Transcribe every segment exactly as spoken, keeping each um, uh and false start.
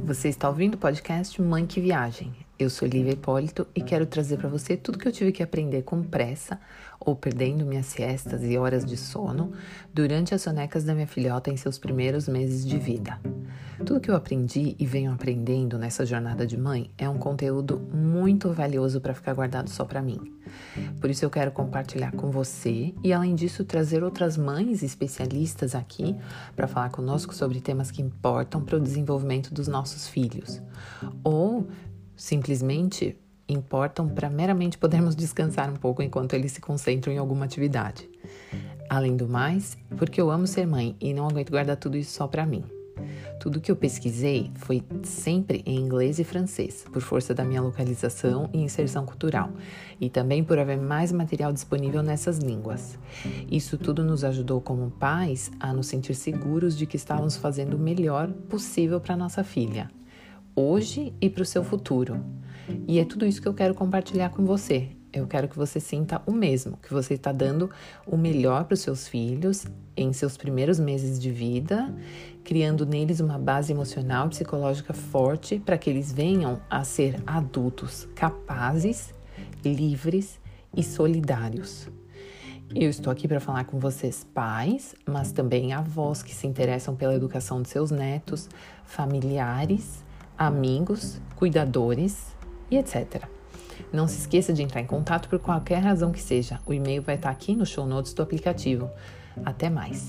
Você está ouvindo o podcast Mãe que Viagem. Eu sou Lívia Hipólito e quero trazer para você tudo que eu tive que aprender com pressa ou perdendo minhas siestas e horas de sono durante as sonecas da minha filhota em seus primeiros meses de vida. Tudo que eu aprendi e venho aprendendo nessa jornada de mãe é um conteúdo muito valioso para ficar guardado só para mim. Por isso eu quero compartilhar com você e, além disso, trazer outras mães especialistas aqui para falar conosco sobre temas que importam para o desenvolvimento dos nossos filhos. Ou simplesmente importam para meramente podermos descansar um pouco enquanto eles se concentram em alguma atividade. Além do mais, porque eu amo ser mãe e não aguento guardar tudo isso só para mim. Tudo que eu pesquisei foi sempre em inglês e francês, por força da minha localização e inserção cultural, e também por haver mais material disponível nessas línguas. Isso tudo nos ajudou como pais a nos sentir seguros de que estávamos fazendo o melhor possível para nossa filha, hoje e para o seu futuro. E é tudo isso que eu quero compartilhar com você. Eu quero que você sinta o mesmo, que você está dando o melhor para os seus filhos em seus primeiros meses de vida, criando neles uma base emocional e psicológica forte para que eles venham a ser adultos capazes, livres e solidários. Eu estou aqui para falar com vocês pais, mas também avós que se interessam pela educação de seus netos, familiares, amigos, cuidadores e etcétera. Não se esqueça de entrar em contato por qualquer razão que seja. O e-mail vai estar aqui no show notes do aplicativo. Até mais!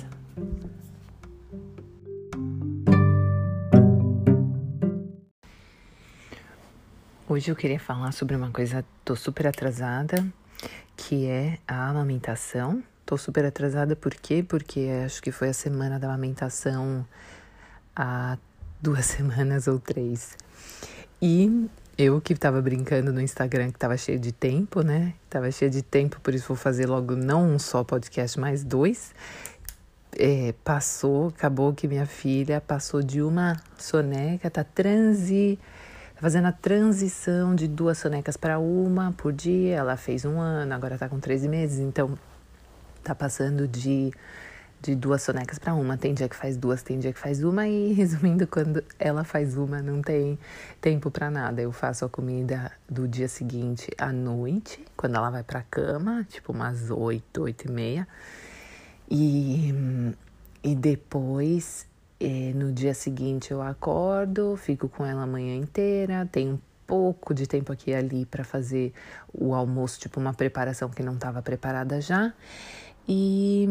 Hoje eu queria falar sobre uma coisa, tô super atrasada, que é a amamentação. Tô super atrasada por quê? Porque acho que foi a semana da amamentação há duas semanas ou três. E eu que tava brincando no Instagram que tava cheio de tempo, né? Tava cheio de tempo, por isso vou fazer logo não um só podcast, mas dois. É, passou, acabou que minha filha passou de uma soneca, tá transi, tá fazendo a transição de duas sonecas para uma por dia. Ela fez um ano, agora tá com treze meses, então tá passando de... de duas sonecas para uma, tem dia que faz duas, tem dia que faz uma e, resumindo, quando ela faz uma, não tem tempo para nada. Eu faço a comida do dia seguinte à noite, quando ela vai pra cama, tipo umas oito, oito e meia, e, e depois, eh, no dia seguinte eu acordo, fico com ela a manhã inteira, tenho um pouco de tempo aqui e ali para fazer o almoço, tipo uma preparação que não estava preparada já, e...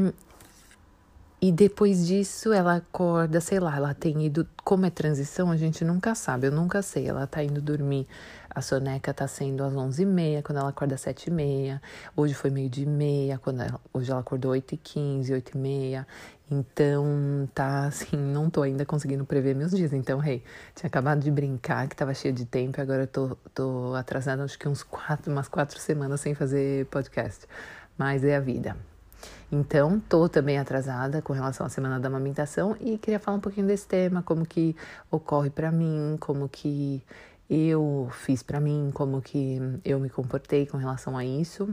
E depois disso, ela acorda, sei lá, ela tem ido... Como é transição, a gente nunca sabe, eu nunca sei. Ela tá indo dormir, a soneca tá sendo às onze e meia, quando ela acorda às sete e meia. Hoje foi meio de meia, quando ela, hoje ela acordou oito e quinze, oito e meia. Então, tá assim, não tô ainda conseguindo prever meus dias. Então, hey, tinha acabado de brincar, que tava cheio de tempo, e agora eu tô, tô atrasada, acho que uns quatro, umas quatro semanas sem fazer podcast. Mas é a vida. Então, tô também atrasada com relação à semana da amamentação e queria falar um pouquinho desse tema, como que ocorre pra mim, como que eu fiz pra mim, como que eu me comportei com relação a isso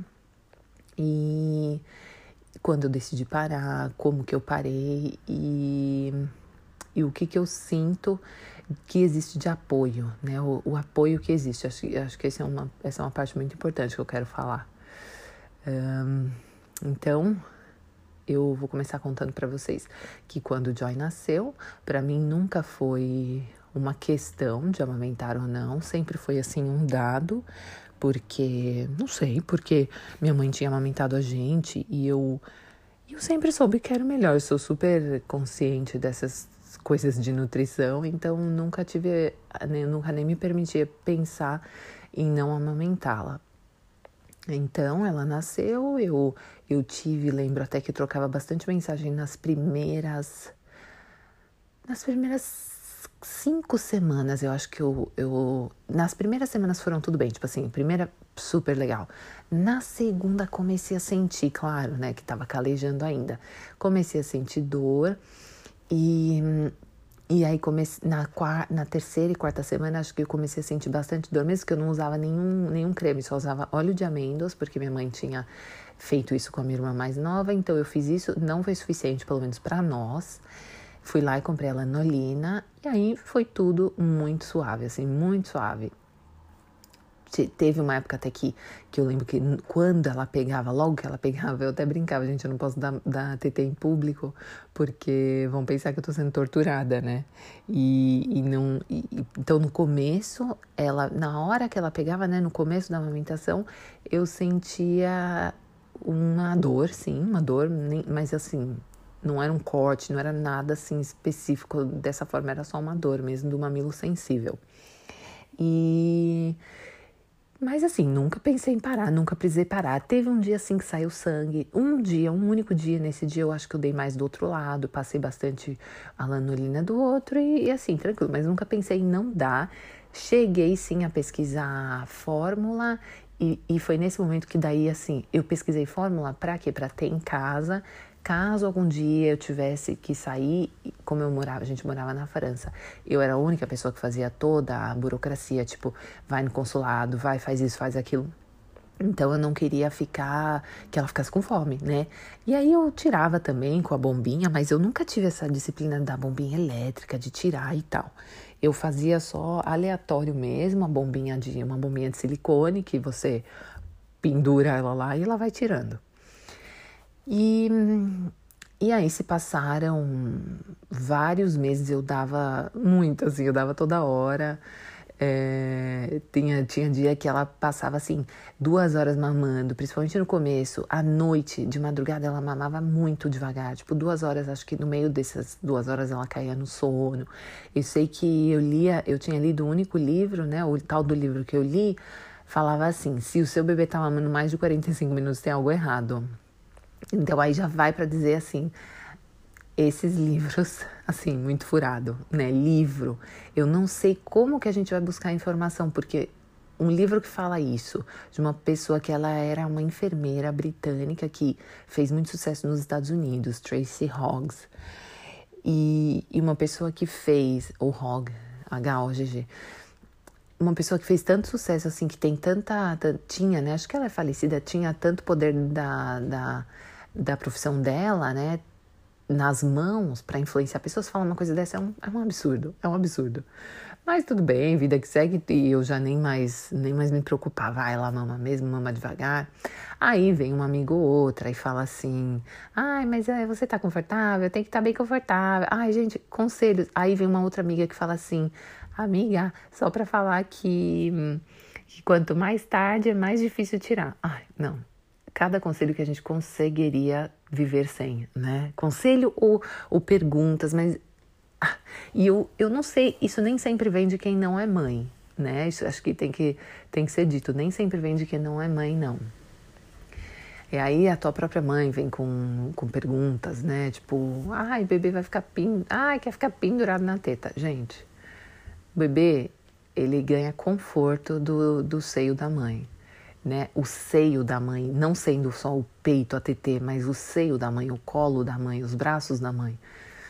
e quando eu decidi parar, como que eu parei e, e o que que eu sinto que existe de apoio, né? O, o apoio que existe, acho, acho que essa é, uma, essa é uma parte muito importante que eu quero falar. Um, então... Eu vou começar contando para vocês que quando o Joy nasceu, para mim nunca foi uma questão de amamentar ou não, sempre foi assim um dado, porque, não sei, porque minha mãe tinha amamentado a gente e eu, eu sempre soube que era o melhor, eu sou super consciente dessas coisas de nutrição, então nunca tive, né, nunca nem me permitia pensar em não amamentá-la. Então, ela nasceu, eu, eu tive, lembro até que eu trocava bastante mensagem nas primeiras, nas primeiras cinco semanas, eu acho que eu, eu, nas primeiras semanas foram tudo bem, tipo assim, primeira super legal. Na segunda comecei a sentir, claro, né, que tava calejando ainda, comecei a sentir dor e... E aí, comecei, na, na terceira e quarta semana, acho que eu comecei a sentir bastante dor, mesmo que eu não usava nenhum, nenhum creme, só usava óleo de amêndoas, porque minha mãe tinha feito isso com a minha irmã mais nova, então eu fiz isso, não foi suficiente, pelo menos para nós. Fui lá e comprei a lanolina, e aí foi tudo muito suave, assim, muito suave. Teve uma época até que, que eu lembro que quando ela pegava, logo que ela pegava, eu até brincava, gente, eu não posso dar, dar T T em público, porque vão pensar que eu tô sendo torturada, né? E, e não... E, então, no começo, ela, na hora que ela pegava, né, no começo da amamentação, eu sentia uma dor, sim, uma dor, mas assim, não era um corte, não era nada assim específico dessa forma, era só uma dor mesmo do mamilo sensível. E... Mas assim, nunca pensei em parar, nunca precisei parar. Teve um dia assim que saiu sangue, um dia, um único dia. Nesse dia eu acho que eu dei mais do outro lado, passei bastante a lanolina do outro e, e assim, tranquilo. Mas nunca pensei em não dar. Cheguei sim a pesquisar fórmula e, e foi nesse momento que daí assim, eu pesquisei fórmula pra quê? Pra ter em casa. Caso algum dia eu tivesse que sair, como eu morava, a gente morava na França, eu era a única pessoa que fazia toda a burocracia, tipo, vai no consulado, vai, faz isso, faz aquilo. Então eu não queria ficar, que ela ficasse com fome, né? E aí eu tirava também com a bombinha, mas eu nunca tive essa disciplina da bombinha elétrica, de tirar e tal. Eu fazia só aleatório mesmo, a bombinha de, uma bombinha de silicone, que você pendura ela lá e ela vai tirando. E, e aí se passaram vários meses, eu dava muito, assim, eu dava toda hora. É, tinha, tinha dia que ela passava, assim, duas horas mamando, principalmente no começo. À noite, de madrugada, ela mamava muito devagar. Tipo, duas horas, acho que no meio dessas duas horas ela caía no sono. Eu sei que eu lia, eu tinha lido um único livro, né, o tal do livro que eu li, falava assim, se o seu bebê tá mamando mais de quarenta e cinco minutos, tem algo errado. Então aí já vai para dizer assim, esses livros, assim, muito furado, né? Livro. Eu não sei como que a gente vai buscar informação, porque um livro que fala isso, de uma pessoa que ela era uma enfermeira britânica que fez muito sucesso nos Estados Unidos, Tracy Hoggs, e, e uma pessoa que fez, ou Hogg, H O G G, uma pessoa que fez tanto sucesso, assim, que tem tanta, tinha, né? Acho que ela é falecida, tinha tanto poder da... da da profissão dela, né, nas mãos para influenciar pessoas, falar uma coisa dessa é um, é um absurdo, é um absurdo. Mas tudo bem, vida que segue, e eu já nem mais, nem mais me preocupava, ah, ela mama mesmo, mama devagar. Aí vem uma amiga ou outra e fala assim, ai, mas é, você tá confortável, tem que estar tá bem confortável. Ai, gente, conselhos. Aí vem uma outra amiga que fala assim, amiga, só para falar que, que quanto mais tarde é mais difícil tirar. Ai, não. Cada conselho que a gente conseguiria viver sem, né? Conselho ou, ou perguntas, mas... Ah, e eu, eu não sei, isso nem sempre vem de quem não é mãe, né? Isso acho que tem que, tem que ser dito, nem sempre vem de quem não é mãe, não. E aí a tua própria mãe vem com, com perguntas, né? Tipo, ai, bebê vai ficar pin... ai, quer ficar pendurado na teta. Gente, o bebê, ele ganha conforto do, do seio da mãe. Né, o seio da mãe, não sendo só o peito, a tetê, mas o seio da mãe, o colo da mãe, os braços da mãe.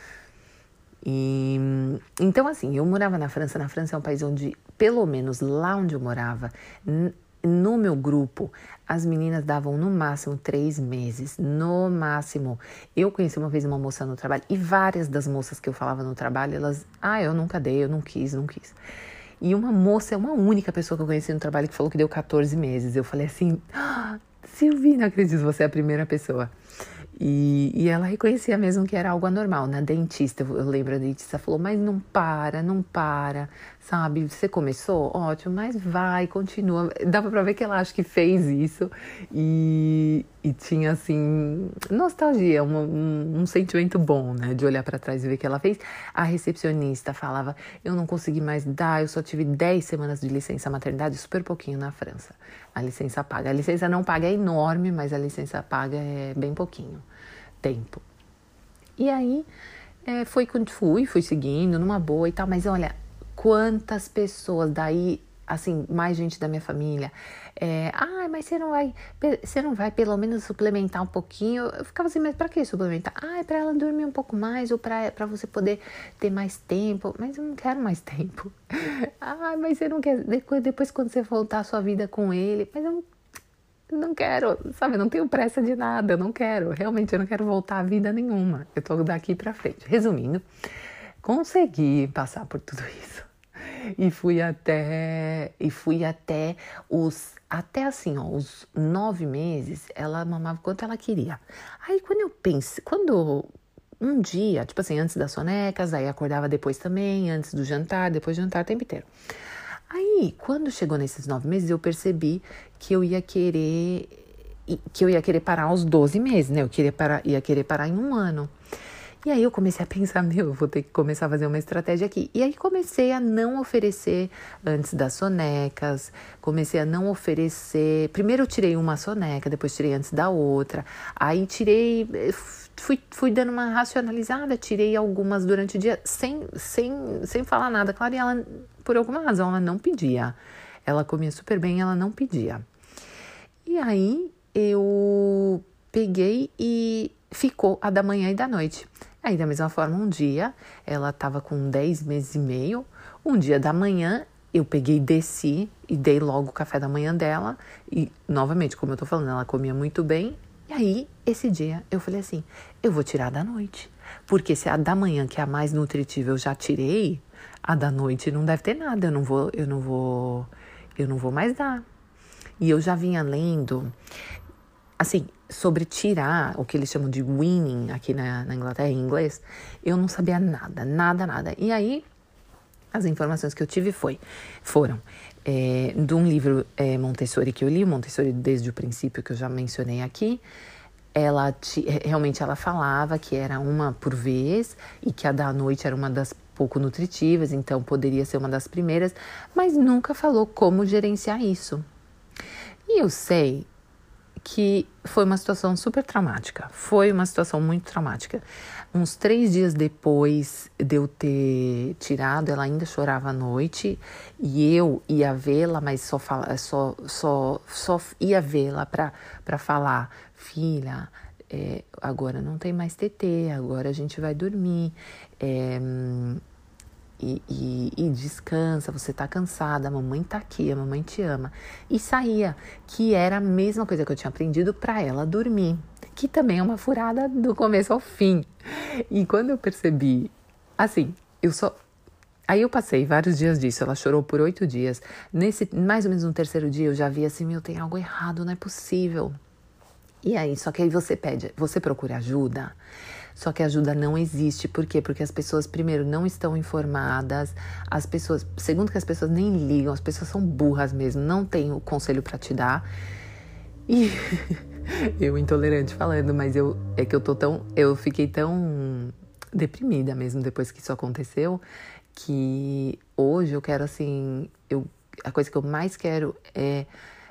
E, então, assim, eu morava na França. Na França é um país onde, pelo menos lá onde eu morava, n- no meu grupo, as meninas davam no máximo três meses, no máximo. Eu conheci uma vez uma moça no trabalho, e várias das moças que eu falava no trabalho, elas, ah, eu nunca dei, eu não quis, não quis. E uma moça, é uma única pessoa que eu conheci no trabalho que falou que deu quatorze meses. Eu falei assim, ah, Silvia, não acredito, você é a primeira pessoa. E, e ela reconhecia mesmo que era algo anormal. Na dentista, eu lembro, a dentista falou, mas não para, não para, sabe? Você começou? Ótimo, mas vai, continua. Dava pra ver que ela acho que fez isso e, e tinha, assim, nostalgia, um, um, um sentimento bom, né? De olhar pra trás e ver que ela fez. A recepcionista falava, eu não consegui mais dar, eu só tive dez semanas de licença maternidade, super pouquinho na França. A licença paga. A licença não paga é enorme, mas a licença paga é bem pouquinho tempo. E aí, é, foi quando fui, fui seguindo numa boa e tal, mas olha, quantas pessoas daí, assim, mais gente da minha família, é, ah, mas você não vai, você não vai pelo menos suplementar um pouquinho? Eu ficava assim, mas pra que suplementar? Ah, é pra ela dormir um pouco mais ou pra, pra você poder ter mais tempo, mas eu não quero mais tempo. Ah, mas você não quer, depois, depois quando você voltar a sua vida com ele, mas eu não... não quero, sabe, não tenho pressa de nada, eu não quero, realmente eu não quero voltar a vida nenhuma, eu tô daqui pra frente. Resumindo, consegui passar por tudo isso e fui até, e fui até os, até assim, ó, os nove meses, ela mamava quanto ela queria. Aí quando eu pensei, quando um dia, tipo assim, antes das sonecas, aí acordava depois também, antes do jantar, depois do jantar, o tempo inteiro. Aí, quando chegou nesses nove meses, eu percebi que eu ia querer, que eu ia querer parar aos doze meses, né? Eu queria parar, ia querer parar em um ano. E aí eu comecei a pensar, meu, eu vou ter que começar a fazer uma estratégia aqui. E aí comecei a não oferecer antes das sonecas, comecei a não oferecer... Primeiro eu tirei uma soneca, depois tirei antes da outra. Aí tirei... Fui, fui dando uma racionalizada, tirei algumas durante o dia, sem, sem, sem falar nada. Claro, e ela, por alguma razão, ela não pedia. Ela comia super bem, ela não pedia. E aí eu peguei e ficou a da manhã e da noite. Aí, da mesma forma, um dia, ela estava com dez meses e meio. Um dia da manhã, eu peguei e desci e dei logo o café da manhã dela. E, novamente, como eu tô falando, ela comia muito bem. E aí, esse dia, eu falei assim, eu vou tirar da noite. Porque se a da manhã, que é a mais nutritiva, eu já tirei, a da noite não deve ter nada. Eu não vou, eu não vou, eu não vou mais dar. E eu já vinha lendo, assim, sobre tirar o que eles chamam de weaning aqui na, na Inglaterra, em inglês. Eu não sabia nada, nada, nada. E aí, as informações que eu tive foi, foram é, de um livro é, Montessori que eu li, Montessori desde o princípio, que eu já mencionei aqui. Ela te, realmente ela falava que era uma por vez e que a da noite era uma das pouco nutritivas, então poderia ser uma das primeiras, mas nunca falou como gerenciar isso. E eu sei que foi uma situação super traumática, foi uma situação muito traumática. Uns três dias depois de eu ter tirado, ela ainda chorava à noite e eu ia vê-la, mas só, fala, só, só, só ia vê-la para para falar, filha, é, agora não tem mais tetê, agora a gente vai dormir, é, E, e, e descansa, você tá cansada, a mamãe tá aqui, a mamãe te ama. E saía, que era a mesma coisa que eu tinha aprendido pra ela dormir, que também é uma furada do começo ao fim. E quando eu percebi, assim, eu só... Aí eu passei vários dias disso, ela chorou por oito dias. Nesse, mais ou menos no terceiro dia eu já vi assim, meu, tem algo errado, não é possível. E aí, só que aí você pede, você procura ajuda, só que a ajuda não existe. Por quê? Porque as pessoas, primeiro, não estão informadas, as pessoas, segundo que as pessoas nem ligam, as pessoas são burras mesmo, não tem o conselho pra te dar. E eu intolerante falando, mas eu, é que eu tô tão, eu fiquei tão deprimida mesmo depois que isso aconteceu, que hoje eu quero assim, eu, a coisa que eu mais quero é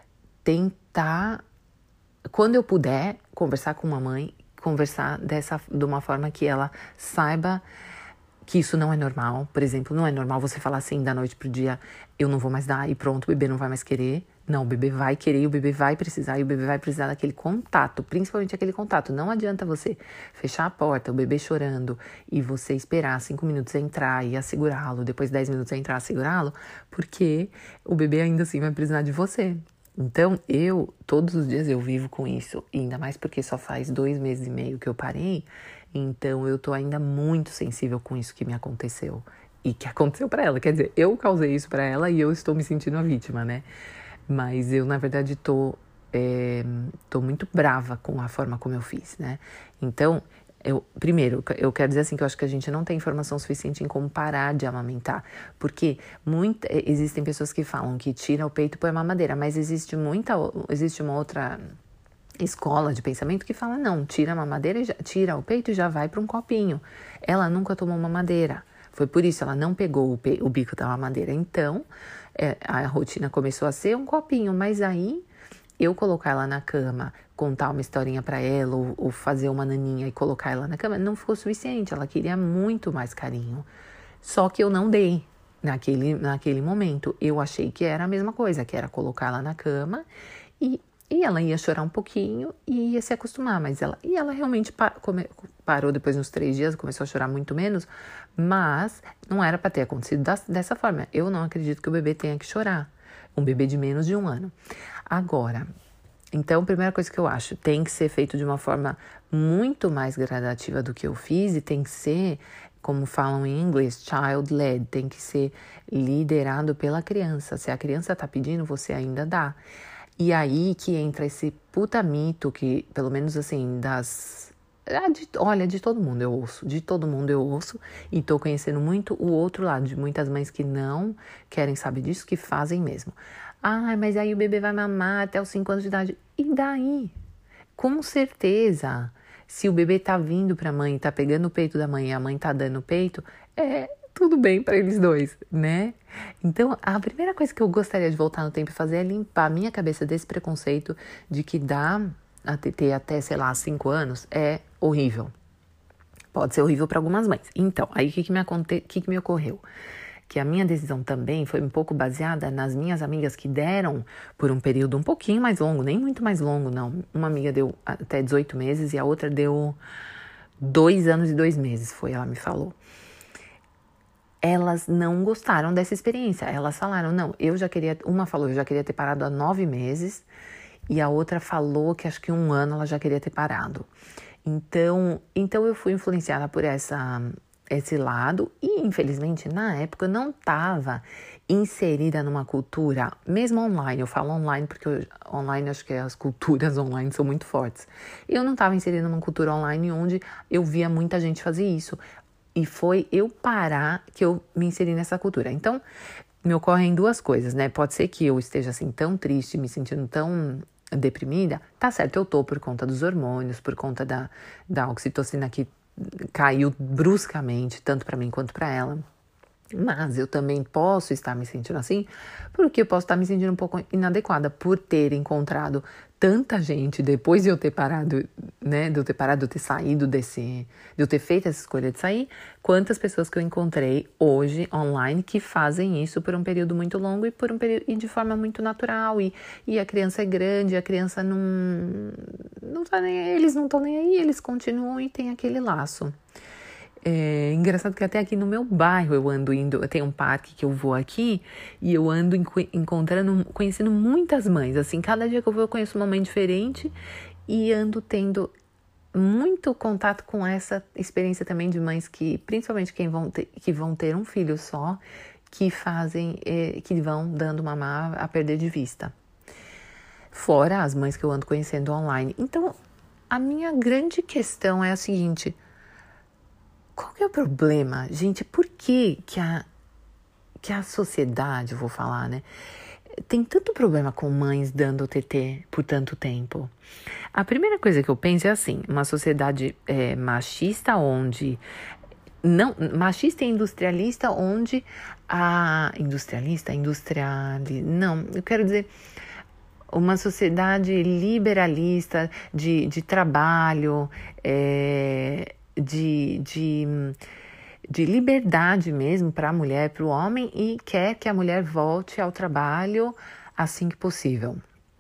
tentar, quando eu puder, conversar com uma mãe, conversar dessa, de uma forma que ela saiba que isso não é normal. Por exemplo, não é normal você falar assim da noite pro dia, eu não vou mais dar e pronto, o bebê não vai mais querer. Não, o bebê vai querer, o bebê vai precisar e o bebê vai precisar daquele contato, principalmente aquele contato. Não adianta você fechar a porta, o bebê chorando e você esperar cinco minutos entrar e assegurá-lo, depois dez minutos entrar e assegurá-lo, porque o bebê ainda assim vai precisar de você. Então, eu, todos os dias eu vivo com isso, e ainda mais porque só faz dois meses e meio que eu parei, então eu tô ainda muito sensível com isso que me aconteceu, e que aconteceu pra ela, quer dizer, eu causei isso pra ela e eu estou me sentindo a vítima, né? Mas eu, na verdade, tô, é, tô muito brava com a forma como eu fiz, né? Então, Eu, primeiro, eu quero dizer assim que eu acho que a gente não tem informação suficiente em como parar de amamentar, porque muita, existem pessoas que falam que tira o peito e põe a mamadeira, mas existe muita, existe uma outra escola de pensamento que fala não, tira a mamadeira, e já, tira o peito e já vai para um copinho. Ela nunca tomou mamadeira, foi por isso ela não pegou o, pe, o bico da mamadeira, então é, a rotina começou a ser um copinho, mas aí eu colocar ela na cama, contar uma historinha pra ela, ou, ou fazer uma naninha e colocar ela na cama, não ficou suficiente. Ela queria muito mais carinho. Só que eu não dei naquele, naquele momento. Eu achei que era a mesma coisa, que era colocar ela na cama e, e ela ia chorar um pouquinho e ia se acostumar. Mas ela, e ela realmente pa, come, parou depois de uns três dias, começou a chorar muito menos, mas não era para ter acontecido das, dessa forma. Eu não acredito que o bebê tenha que chorar. Um bebê de menos de um ano. Agora, Então, a primeira coisa que eu acho, tem que ser feito de uma forma muito mais gradativa do que eu fiz e tem que ser, como falam em inglês, child-led, tem que ser liderado pela criança. Se a criança tá pedindo, você ainda dá. E aí que entra esse puta mito que, pelo menos assim, das... De, olha, de todo mundo eu ouço, de todo mundo eu ouço e tô conhecendo muito o outro lado, de muitas mães que não querem saber disso, que fazem mesmo. Ah, mas aí o bebê vai mamar até os cinco anos de idade. E daí? Com certeza, se o bebê tá vindo pra mãe, tá pegando o peito da mãe e a mãe tá dando o peito, é tudo bem pra eles dois, né? Então, a primeira coisa que eu gostaria de voltar no tempo e fazer é limpar a minha cabeça desse preconceito de que dá a ter até, sei lá, cinco anos é horrível. Pode ser horrível para algumas mães. Então, aí o que que me, aconte... que que me ocorreu? Que a minha decisão também foi um pouco baseada nas minhas amigas que deram por um período um pouquinho mais longo, nem muito mais longo, não. Uma amiga deu até dezoito meses e a outra deu dois anos e dois meses, foi, ela me falou. Elas não gostaram dessa experiência. Elas falaram, não, eu já queria... Uma falou, eu já queria ter parado há nove meses e a outra falou que acho que um ano ela já queria ter parado. Então, então eu fui influenciada por essa... esse lado, e infelizmente na época eu não estava inserida numa cultura, mesmo online, eu falo online porque eu, online acho que as culturas online são muito fortes, eu não estava inserida numa cultura online onde eu via muita gente fazer isso, e foi eu parar que eu me inseri nessa cultura. Então, me ocorrem duas coisas, né, pode ser que eu esteja assim tão triste, me sentindo tão deprimida, tá certo, eu tô por conta dos hormônios, por conta da, da oxitocina que caiu bruscamente, tanto para mim quanto para ela. Mas eu também posso estar me sentindo assim, porque eu posso estar me sentindo um pouco inadequada por ter encontrado tanta gente depois de eu ter parado, né, de eu ter parado, de eu ter saído desse, de eu ter feito essa escolha de sair, quantas pessoas que eu encontrei hoje online que fazem isso por um período muito longo e por um período, e de forma muito natural, e, e a criança é grande, a criança não, não tá nem, eles não estão nem aí, eles continuam e tem aquele laço. É engraçado que até aqui no meu bairro eu ando indo, tem um parque que eu vou aqui e eu ando encontrando, conhecendo muitas mães, assim, cada dia que eu vou eu conheço uma mãe diferente e ando tendo muito contato com essa experiência também de mães que, principalmente quem vão ter, que vão ter um filho só, que fazem, é, que vão dando mamar a perder de vista. Fora as mães que eu ando conhecendo online. Então, a minha grande questão é a seguinte: qual que é o problema, gente? Por que que a, que a sociedade, eu vou falar, né, tem tanto problema com mães dando T T por tanto tempo? A primeira coisa que eu penso é assim, uma sociedade é, machista onde... Não, machista e industrialista onde a... Industrialista? Industriali... Não, eu quero dizer... Uma sociedade liberalista de, de trabalho... É, De, de, de liberdade mesmo para a mulher, para o homem, e quer que a mulher volte ao trabalho assim que possível.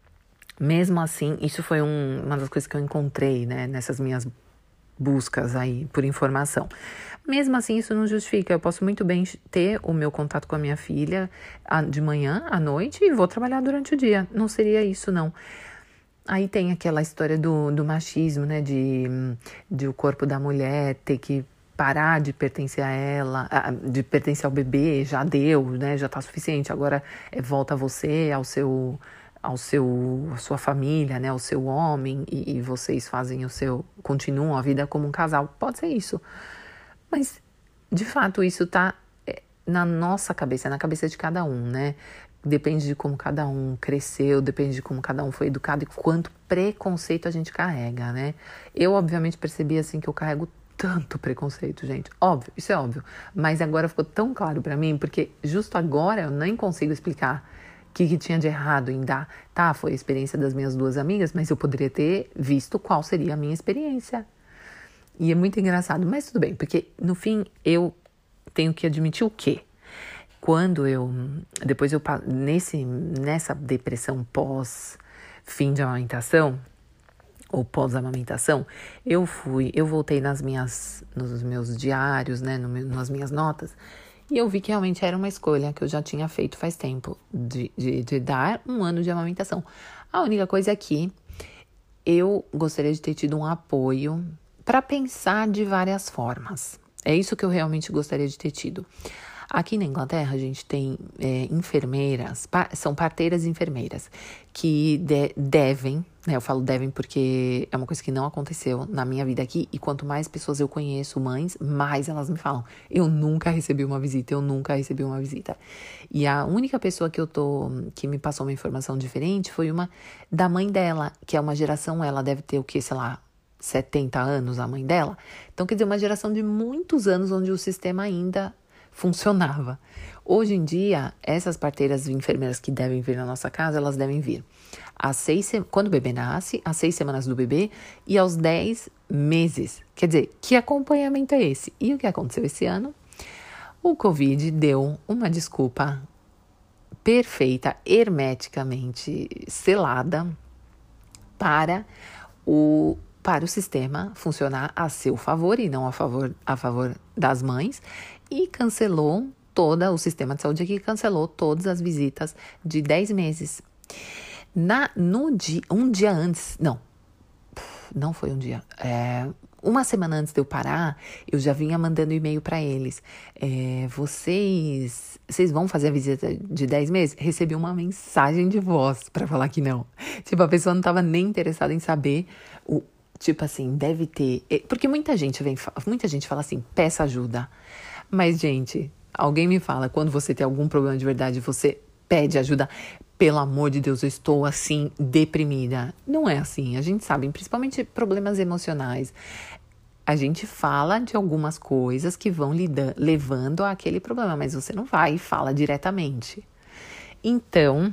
Mesmo assim, isso foi um, uma das coisas que eu encontrei, né, nessas minhas buscas aí por informação. Mesmo assim, isso não justifica. Eu posso muito bem ter o meu contato com a minha filha de manhã, à noite, e vou trabalhar durante o dia. Não seria isso, não. Aí tem aquela história do, do machismo, né, de, de o corpo da mulher ter que parar de pertencer a ela, de pertencer ao bebê, já deu, né, já tá suficiente, agora é, volta a você, ao seu, ao seu, a sua família, né, ao seu homem, e, e vocês fazem o seu, continuam a vida como um casal, pode ser isso. Mas, de fato, isso tá na nossa cabeça, na cabeça de cada um, né? Depende de como cada um cresceu, depende de como cada um foi educado e quanto preconceito a gente carrega, né? Eu, obviamente, percebi, assim, que eu carrego tanto preconceito, gente. Óbvio, isso é óbvio. Mas agora ficou tão claro pra mim, porque justo agora eu nem consigo explicar o que, que tinha de errado em dar. Tá, foi a experiência das minhas duas amigas, mas eu poderia ter visto qual seria a minha experiência. E é muito engraçado, mas tudo bem, porque no fim eu tenho que admitir o quê? Quando eu, depois eu, nesse, nessa depressão pós fim de amamentação, ou pós-amamentação, eu fui, eu voltei nas minhas, nos meus diários, né, no, nas minhas notas, e eu vi que realmente era uma escolha que eu já tinha feito faz tempo, de, de, de dar um ano de amamentação. A única coisa é que eu gostaria de ter tido um apoio para pensar de várias formas. É isso que eu realmente gostaria de ter tido. Aqui na Inglaterra, a gente tem é, enfermeiras, pa- são parteiras enfermeiras, que de- devem, né? Eu falo devem porque é uma coisa que não aconteceu na minha vida aqui. E quanto mais pessoas eu conheço, mães, mais elas me falam. Eu nunca recebi uma visita, eu nunca recebi uma visita. E a única pessoa que eu tô, que me passou uma informação diferente foi uma da mãe dela, que é uma geração, ela deve ter o quê, sei lá, setenta anos, a mãe dela. Então, quer dizer, uma geração de muitos anos onde o sistema ainda funcionava. Hoje em dia, essas parteiras e enfermeiras que devem vir na nossa casa, elas devem vir às seis, se- quando o bebê nasce, às seis semanas do bebê e aos dez meses. Quer dizer, que acompanhamento é esse? E o que aconteceu esse ano? O Covid deu uma desculpa perfeita, hermeticamente selada para o para o sistema funcionar a seu favor e não a favor, a favor das mães, e cancelou toda, o sistema de saúde aqui cancelou todas as visitas de dez meses. Na, no dia, um dia antes, não, não foi um dia, é, uma semana antes de eu parar, eu já vinha mandando e-mail para eles. É, vocês, vocês vão fazer a visita de dez meses? Recebi uma mensagem de voz para falar que não. Tipo, a pessoa não estava nem interessada em saber o, tipo assim, deve ter, porque muita gente vem, muita gente fala assim, peça ajuda. Mas, gente, alguém me fala, quando você tem algum problema de verdade, você pede ajuda. Pelo amor de Deus, eu estou assim, deprimida. Não é assim, a gente sabe, principalmente problemas emocionais. A gente fala de algumas coisas que vão lida- levando àquele problema, mas você não vai e fala diretamente. Então,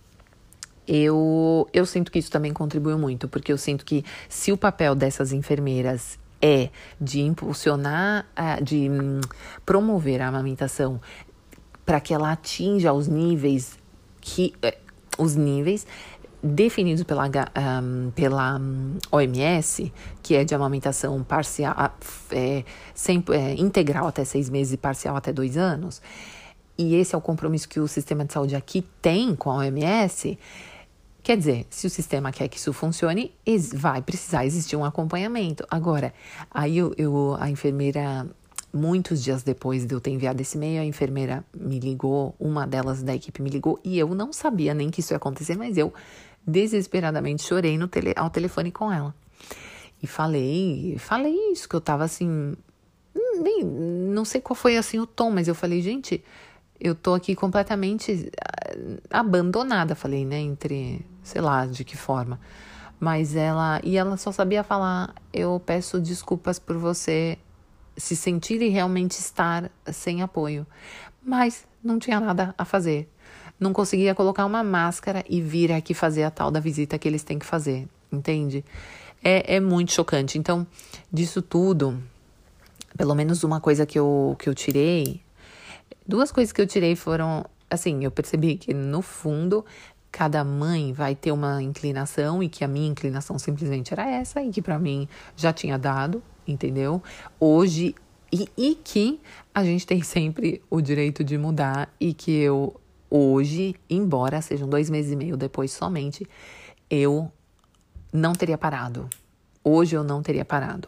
eu, eu sinto que isso também contribuiu muito, porque eu sinto que se o papel dessas enfermeiras é de impulsionar, uh, de hum, promover a amamentação para que ela atinja os níveis que uh, os níveis definidos pela, um, pela um, O M S, que é de amamentação parcial, é, sem, é, integral até seis meses e parcial até dois anos, e esse é o compromisso que o sistema de saúde aqui tem com a O M S. Quer dizer, se o sistema quer que isso funcione, vai precisar existir um acompanhamento. Agora, aí eu, eu, a enfermeira, muitos dias depois de eu ter enviado esse e-mail, a enfermeira me ligou, uma delas da equipe me ligou, e eu não sabia nem que isso ia acontecer, mas eu desesperadamente chorei no tele, ao telefone com ela. E falei, falei isso, que eu tava assim, nem, não sei qual foi assim o tom, mas eu falei, gente, eu tô aqui completamente abandonada, falei, né, entre, sei lá, de que forma. Mas ela, e ela só sabia falar, eu peço desculpas por você se sentir e realmente estar sem apoio. Mas não tinha nada a fazer. Não conseguia colocar uma máscara e vir aqui fazer a tal da visita que eles têm que fazer, entende? É, é muito chocante. Então, disso tudo, pelo menos uma coisa que eu, que eu tirei, duas coisas que eu tirei foram, assim, eu percebi que no fundo, cada mãe vai ter uma inclinação e que a minha inclinação simplesmente era essa e que pra mim já tinha dado, entendeu? Hoje, e, e que a gente tem sempre o direito de mudar e que eu, hoje, embora sejam dois meses e meio depois somente, eu não teria parado. Hoje eu não teria parado.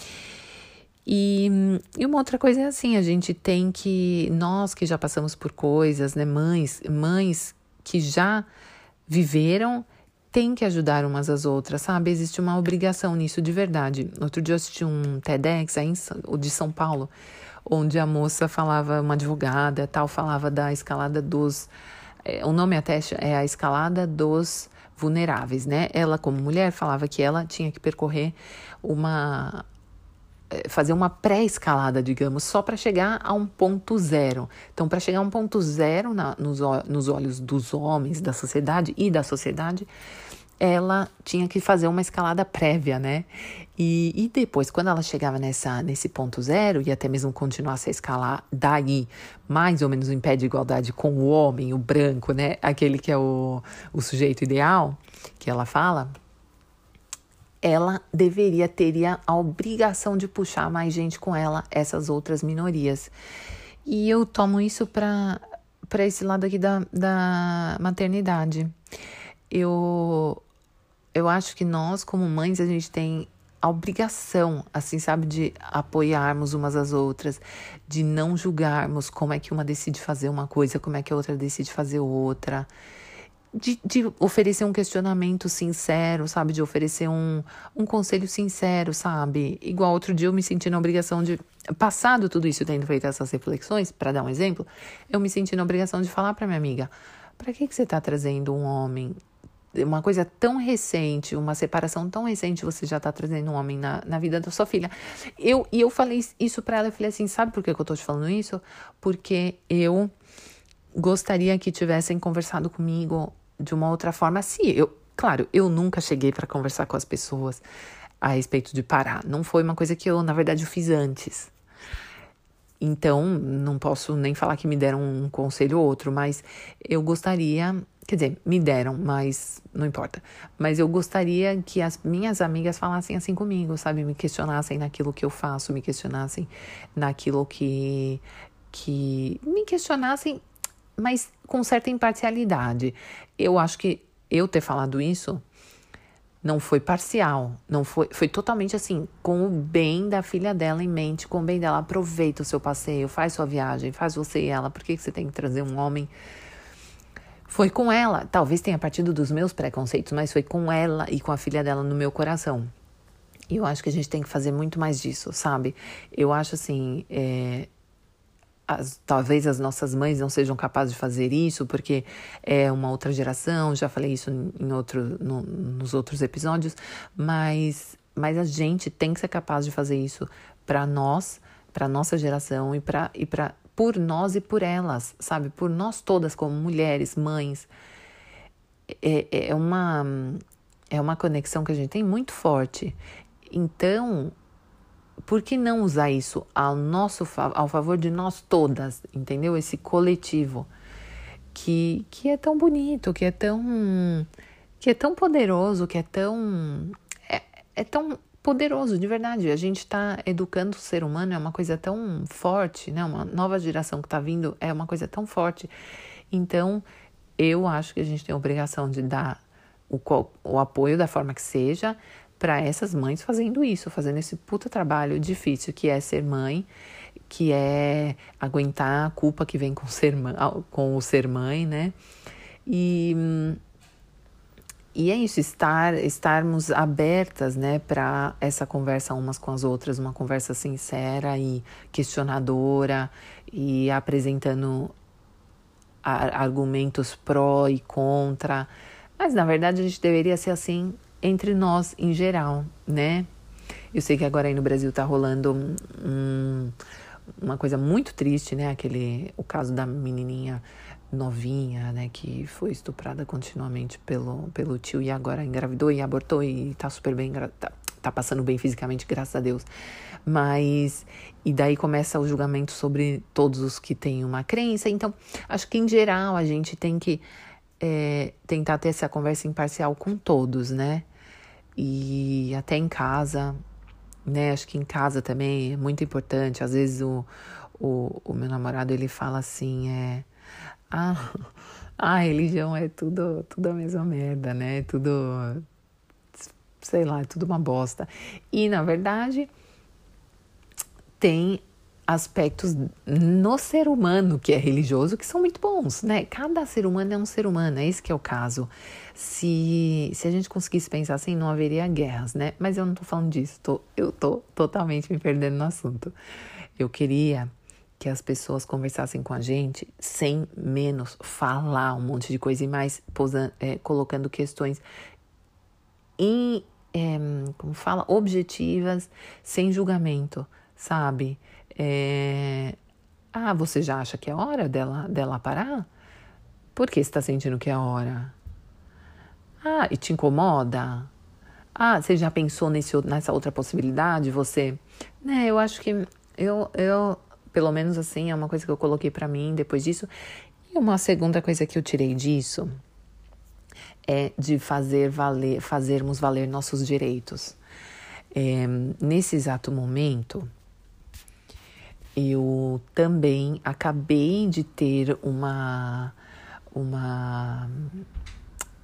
E, e uma outra coisa é assim, a gente tem que, nós que já passamos por coisas, né, mães, mães que já viveram, tem que ajudar umas às outras, sabe? Existe uma obrigação nisso de verdade. Outro dia eu assisti um TEDx, aí em, o de São Paulo, onde a moça falava, uma advogada tal, falava da escalada dos, é, o nome até é a escalada dos vulneráveis, né? Ela, como mulher, falava que ela tinha que percorrer uma... fazer uma pré-escalada, digamos, só para chegar a um ponto zero. Então, para chegar a um ponto zero na, nos, nos olhos dos homens, da sociedade e da sociedade, ela tinha que fazer uma escalada prévia, né? E, e depois, quando ela chegava nessa, nesse ponto zero, e até mesmo continuasse a escalar daí, mais ou menos em pé de igualdade com o homem, o branco, né? Aquele que é o, o sujeito ideal, que ela fala, ela deveria, teria a obrigação de puxar mais gente com ela, essas outras minorias. E eu tomo isso para para esse lado aqui da, da maternidade. Eu, eu acho que nós, como mães, a gente tem a obrigação, assim, sabe, de apoiarmos umas às outras, de não julgarmos como é que uma decide fazer uma coisa, como é que a outra decide fazer outra, de, de oferecer um questionamento sincero, sabe, de oferecer um, um conselho sincero, sabe, igual outro dia eu me senti na obrigação de, passado tudo isso, tendo feito essas reflexões, para dar um exemplo, eu me senti na obrigação de falar para minha amiga, para que que você tá trazendo um homem, uma coisa tão recente, uma separação tão recente, você já tá trazendo um homem na, na vida da sua filha. Eu, e eu falei isso pra ela, eu falei assim, sabe por que, que eu tô te falando isso? Porque eu gostaria que tivessem conversado comigo de uma outra forma. Sim, eu, claro, eu nunca cheguei pra conversar com as pessoas a respeito de parar. Não foi uma coisa que eu, na verdade, eu fiz antes. Então, não posso nem falar que me deram um conselho ou outro, mas eu gostaria, quer dizer, me deram, mas não importa. Mas eu gostaria que as minhas amigas falassem assim comigo, sabe? Me questionassem naquilo que eu faço, me questionassem naquilo que... que me questionassem, mas com certa imparcialidade. Eu acho que eu ter falado isso não foi parcial, não foi, foi totalmente assim, com o bem da filha dela em mente, com o bem dela. Aproveita o seu passeio, faz sua viagem, faz você e ela. Por que que você tem que trazer um homem? Foi com ela, talvez tenha partido dos meus preconceitos, mas foi com ela e com a filha dela no meu coração. E eu acho que a gente tem que fazer muito mais disso, sabe? Eu acho assim, é, as, talvez as nossas mães não sejam capazes de fazer isso, porque é uma outra geração, já falei isso em outro, no, nos outros episódios, mas, mas a gente tem que ser capaz de fazer isso para nós, para nossa geração e para e para por nós e por elas, sabe? Por nós todas como mulheres, mães. É, é, uma, é uma conexão que a gente tem muito forte. Então, por que não usar isso ao, nosso, ao favor de nós todas, entendeu? Esse coletivo que, que é tão bonito, que é tão, que é tão poderoso, que é tão... É, é tão poderoso, de verdade. A gente está educando o ser humano, é uma coisa tão forte, né? Uma nova geração que está vindo é uma coisa tão forte. Então, eu acho que a gente tem a obrigação de dar o, o apoio da forma que seja para essas mães fazendo isso, fazendo esse puta trabalho difícil que é ser mãe, que é aguentar a culpa que vem com, ser, com o ser mãe, né? E... E é isso, estar, estarmos abertas, né, para essa conversa umas com as outras, uma conversa sincera e questionadora e apresentando a, argumentos pró e contra. Mas, na verdade, a gente deveria ser assim entre nós, em geral, né? Eu sei que agora aí no Brasil tá rolando um, um, uma coisa muito triste, né? Aquele, o caso da menininha novinha, né, que foi estuprada continuamente pelo, pelo tio e agora engravidou e abortou e tá super bem, tá, tá passando bem fisicamente, graças a Deus. Mas, e daí começa o julgamento sobre todos os que têm uma crença. Então, acho que em geral a gente tem que é, tentar ter essa conversa imparcial com todos, né? E até em casa, né? Acho que em casa também é muito importante. Às vezes o, o, o meu namorado, ele fala assim, é... Ah, a religião é tudo, tudo a mesma merda, né? Tudo, sei lá, é tudo uma bosta. E, na verdade, tem aspectos no ser humano que é religioso que são muito bons, né? Cada ser humano é um ser humano, é esse que é o caso. Se, se a gente conseguisse pensar assim, não haveria guerras, né? Mas eu não tô falando disso, tô, eu tô totalmente me perdendo no assunto. Eu queria que as pessoas conversassem com a gente sem menos falar um monte de coisa e mais posa, é, colocando questões em, é, como fala, objetivas, sem julgamento, sabe? É, ah, você já acha que é hora dela, dela parar? Por que você está sentindo que é hora? Ah, e te incomoda? Ah, você já pensou nesse, nessa outra possibilidade? Você... Né, eu acho que eu... eu pelo menos assim, é uma coisa que eu coloquei pra mim depois disso. E uma segunda coisa que eu tirei disso é de fazer valer, fazermos valer nossos direitos. É, nesse exato momento, eu também acabei de ter uma, uma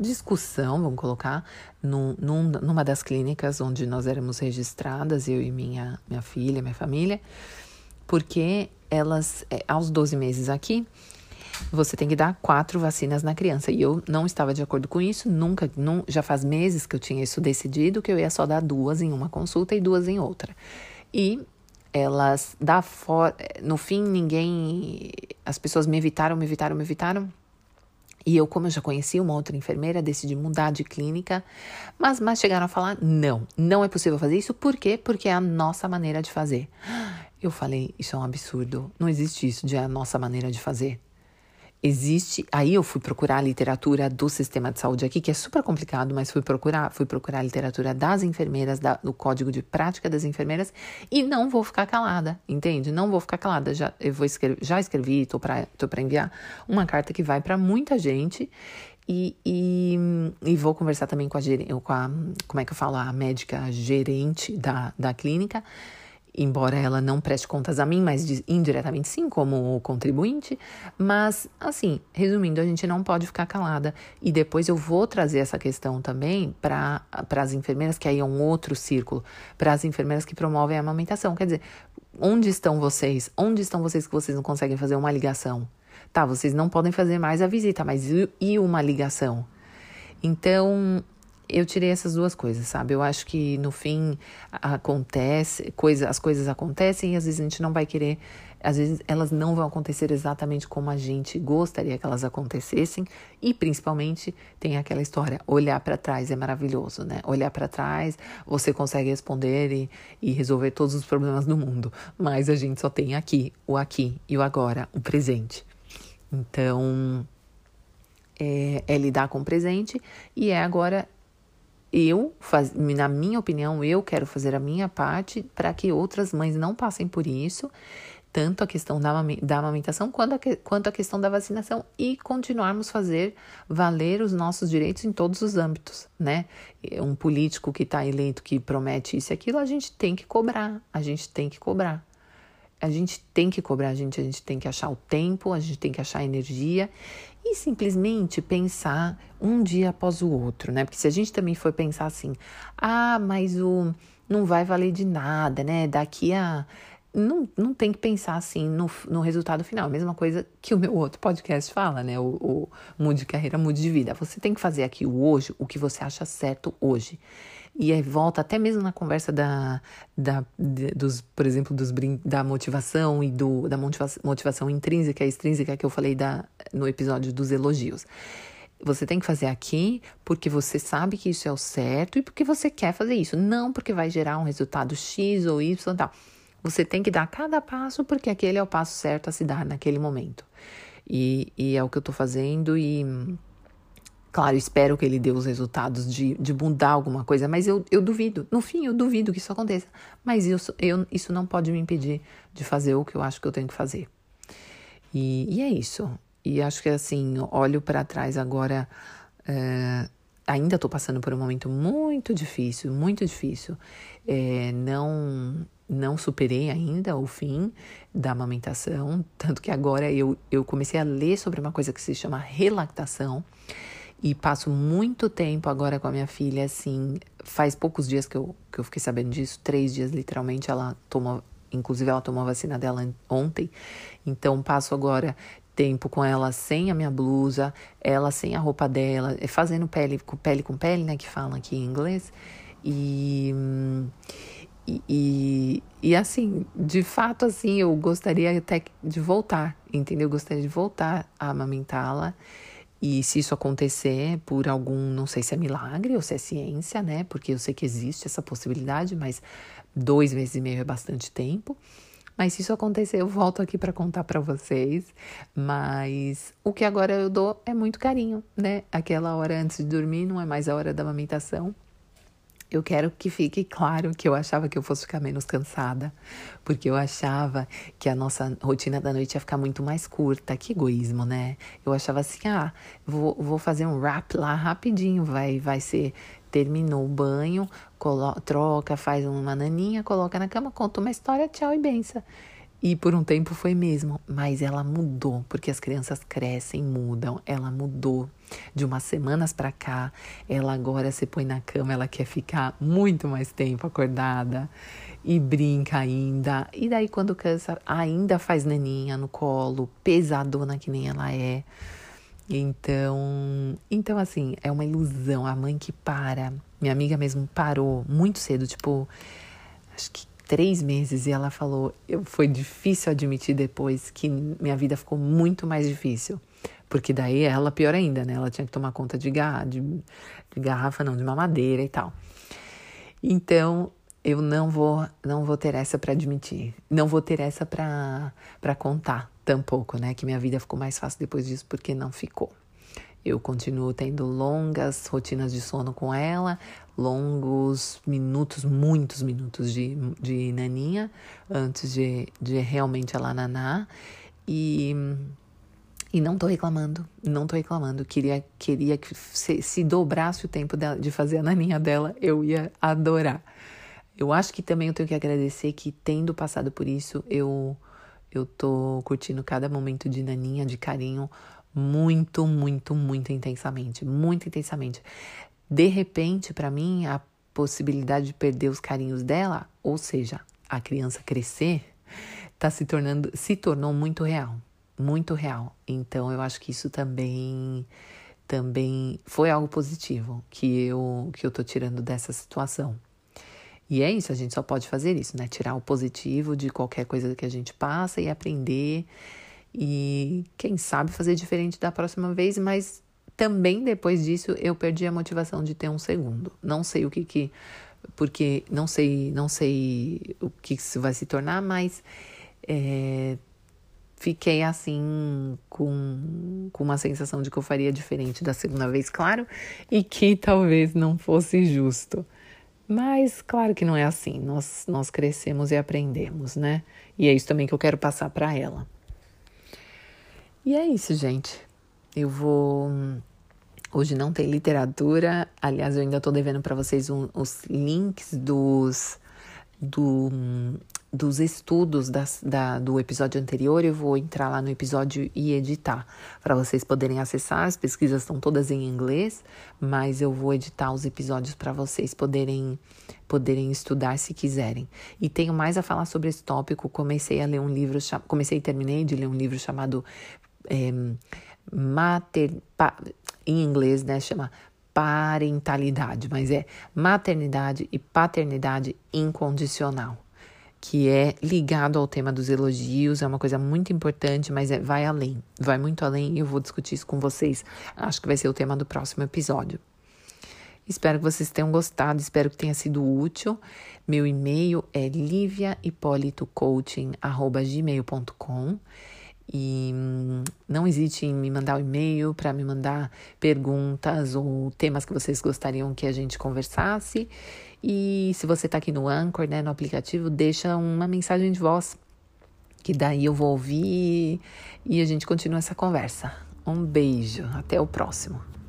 discussão, vamos colocar, num, num, numa das clínicas onde nós éramos registradas, eu e minha, minha filha, minha família, porque elas, aos doze meses aqui, você tem que dar quatro vacinas na criança. E eu não estava de acordo com isso, nunca, não, já faz meses que eu tinha isso decidido, que eu ia só dar duas em uma consulta e duas em outra. E elas, da for... no fim, ninguém, as pessoas me evitaram, me evitaram, me evitaram. E eu, como eu já conhecia uma outra enfermeira, decidi mudar de clínica, mas, mas chegaram a falar, não, não é possível fazer isso. Por quê? Porque é a nossa maneira de fazer. Eu falei, isso é um absurdo, não existe isso de a nossa maneira de fazer. Existe, aí eu fui procurar a literatura do sistema de saúde aqui, que é super complicado, mas fui procurar, fui procurar a literatura das enfermeiras, da, do código de prática das enfermeiras, e não vou ficar calada, entende? Não vou ficar calada, já, eu vou escrever, já escrevi, tô para tô para enviar uma carta que vai para muita gente, e, e, e vou conversar também com a, com a, como é que eu falo, a médica gerente da, da clínica, embora ela não preste contas a mim, mas indiretamente sim, como contribuinte. Mas, assim, resumindo, a gente não pode ficar calada. E depois eu vou trazer essa questão também para as enfermeiras, que aí é um outro círculo, para as enfermeiras que promovem a amamentação. Quer dizer, onde estão vocês? Onde estão vocês que vocês não conseguem fazer uma ligação? Tá, vocês não podem fazer mais a visita, mas e, e uma ligação? Então, eu tirei essas duas coisas, sabe? Eu acho que no fim acontece, coisa, as coisas acontecem e às vezes a gente não vai querer, às vezes elas não vão acontecer exatamente como a gente gostaria que elas acontecessem, e principalmente tem aquela história, olhar para trás é maravilhoso, né? Olhar para trás, você consegue responder e, e resolver todos os problemas do mundo, mas a gente só tem aqui, o aqui e o agora, o presente. Então, é, é lidar com o presente e é agora eu, faz, na minha opinião, eu quero fazer a minha parte para que outras mães não passem por isso, tanto a questão da, da amamentação quanto a, quanto a questão da vacinação, e continuarmos a fazer valer os nossos direitos em todos os âmbitos, né? Um político que está eleito, que promete isso e aquilo, a gente tem que cobrar, a gente tem que cobrar. A gente tem que cobrar, a gente, a gente tem que achar o tempo, a gente tem que achar a energia e simplesmente pensar um dia após o outro, né? Porque se a gente também for pensar assim, ah, mas o não vai valer de nada, né? Daqui a... Não, não tem que pensar assim no, no resultado final. A mesma coisa que o meu outro podcast fala, né? O, o Mude de Carreira, Mude de Vida. Você tem que fazer aqui o hoje, o que você acha certo hoje. E aí volta até mesmo na conversa da, da, de, dos, por exemplo, dos, da motivação e do, da motivação, motivação intrínseca e extrínseca que eu falei da, no episódio dos elogios. Você tem que fazer aqui porque você sabe que isso é o certo e porque você quer fazer isso. Não porque vai gerar um resultado X ou Y e tal. Você tem que dar cada passo porque aquele é o passo certo a se dar naquele momento. E, e é o que eu tô fazendo e... Claro, espero que ele dê os resultados de, de mudar alguma coisa, mas eu, eu duvido. No fim, eu duvido que isso aconteça. Mas isso, eu, isso não pode me impedir de fazer o que eu acho que eu tenho que fazer. E, e é isso. E acho que assim, olho para trás agora, é, ainda estou passando por um momento muito difícil, muito difícil. É, não, não superei ainda o fim da amamentação, tanto que agora eu, eu comecei a ler sobre uma coisa que se chama relactação. E passo muito tempo agora com a minha filha, assim, faz poucos dias que eu, que eu fiquei sabendo disso, três dias literalmente, ela tomou, inclusive ela tomou a vacina dela ontem, então passo agora tempo com ela sem a minha blusa, ela sem a roupa dela, fazendo pele com pele, com pele, né, que falam aqui em inglês, e... E, e, e assim, de fato, assim, eu gostaria até de voltar, entendeu? Eu gostaria de voltar a amamentá-la. E se isso acontecer por algum, não sei se é milagre ou se é ciência, né? Porque eu sei que existe essa possibilidade, mas dois meses e meio é bastante tempo. Mas se isso acontecer, eu volto aqui para contar para vocês. Mas o que agora eu dou é muito carinho, né? Aquela hora antes de dormir não é mais a hora da amamentação. Eu quero que fique claro que eu achava que eu fosse ficar menos cansada, porque eu achava que a nossa rotina da noite ia ficar muito mais curta. Que egoísmo, né? Eu achava assim, ah, vou, vou fazer um wrap lá rapidinho, vai, vai ser, terminou o banho, colo- troca, faz uma naninha, coloca na cama, conta uma história, tchau e benção. E por um tempo foi mesmo, mas ela mudou, porque as crianças crescem, mudam. Ela mudou de umas semanas pra cá. Ela agora se põe na cama, ela quer ficar muito mais tempo acordada e brinca ainda. E daí quando cansa, ainda faz naninha no colo, pesadona que nem ela é. Então, então assim, é uma ilusão. A mãe que para, minha amiga mesmo parou muito cedo, tipo, acho que três meses, e ela falou, eu, foi difícil admitir depois que minha vida ficou muito mais difícil. Porque daí ela, pior ainda, né? Ela tinha que tomar conta de, gar, de, de garrafa, não, de mamadeira e tal. Então, eu não vou, não vou ter essa para admitir. Não vou ter essa para para contar tampouco, né? Que minha vida ficou mais fácil depois disso, porque não ficou. Eu continuo tendo longas rotinas de sono com ela, longos minutos, muitos minutos de, de naninha, antes de, de realmente ela nanar. E, e não tô reclamando, não tô reclamando. Queria, queria que se, se dobrasse o tempo dela, de fazer a naninha dela, eu ia adorar. Eu acho que também eu tenho que agradecer que, tendo passado por isso, eu, eu tô curtindo cada momento de naninha, de carinho, muito, muito, muito intensamente, muito intensamente. De repente, para mim, a possibilidade de perder os carinhos dela, ou seja, a criança crescer, tá se tornando, se tornou muito real, muito real. Então, eu acho que isso também, também foi algo positivo que eu, que eu tô tirando dessa situação. E é isso, a gente só pode fazer isso, né? Tirar o positivo de qualquer coisa que a gente passa e aprender. E quem sabe fazer diferente da próxima vez, mas também depois disso eu perdi a motivação de ter um segundo. Não sei o que que, porque não sei, não sei o que isso vai se tornar, mas é, fiquei assim com, com uma sensação de que eu faria diferente da segunda vez, claro, e que talvez não fosse justo. Mas claro que não é assim, nós, nós crescemos e aprendemos, né? E é isso também que eu quero passar para ela. E é isso, gente. Eu vou... Hoje não tem literatura. Aliás, eu ainda tô devendo para vocês um, os links dos, do, dos estudos das, da, do episódio anterior. Eu vou entrar lá no episódio e editar para vocês poderem acessar. As pesquisas estão todas em inglês, mas eu vou editar os episódios para vocês poderem, poderem estudar se quiserem. E tenho mais a falar sobre esse tópico. Comecei a ler um livro, comecei e terminei de ler um livro chamado... É, mater, pa, em inglês, né, chama parentalidade, mas é maternidade e paternidade incondicional, que é ligado ao tema dos elogios, é uma coisa muito importante, mas é, vai além, vai muito além, e eu vou discutir isso com vocês, acho que vai ser o tema do próximo episódio. Espero que vocês tenham gostado, espero que tenha sido útil. Meu e-mail é livia hipólito coaching arroba gmail ponto com. E não hesite em me mandar um e-mail para me mandar perguntas ou temas que vocês gostariam que a gente conversasse. E se você está aqui no Anchor, né, no aplicativo, deixa uma mensagem de voz, que daí eu vou ouvir e a gente continua essa conversa. Um beijo, até o próximo.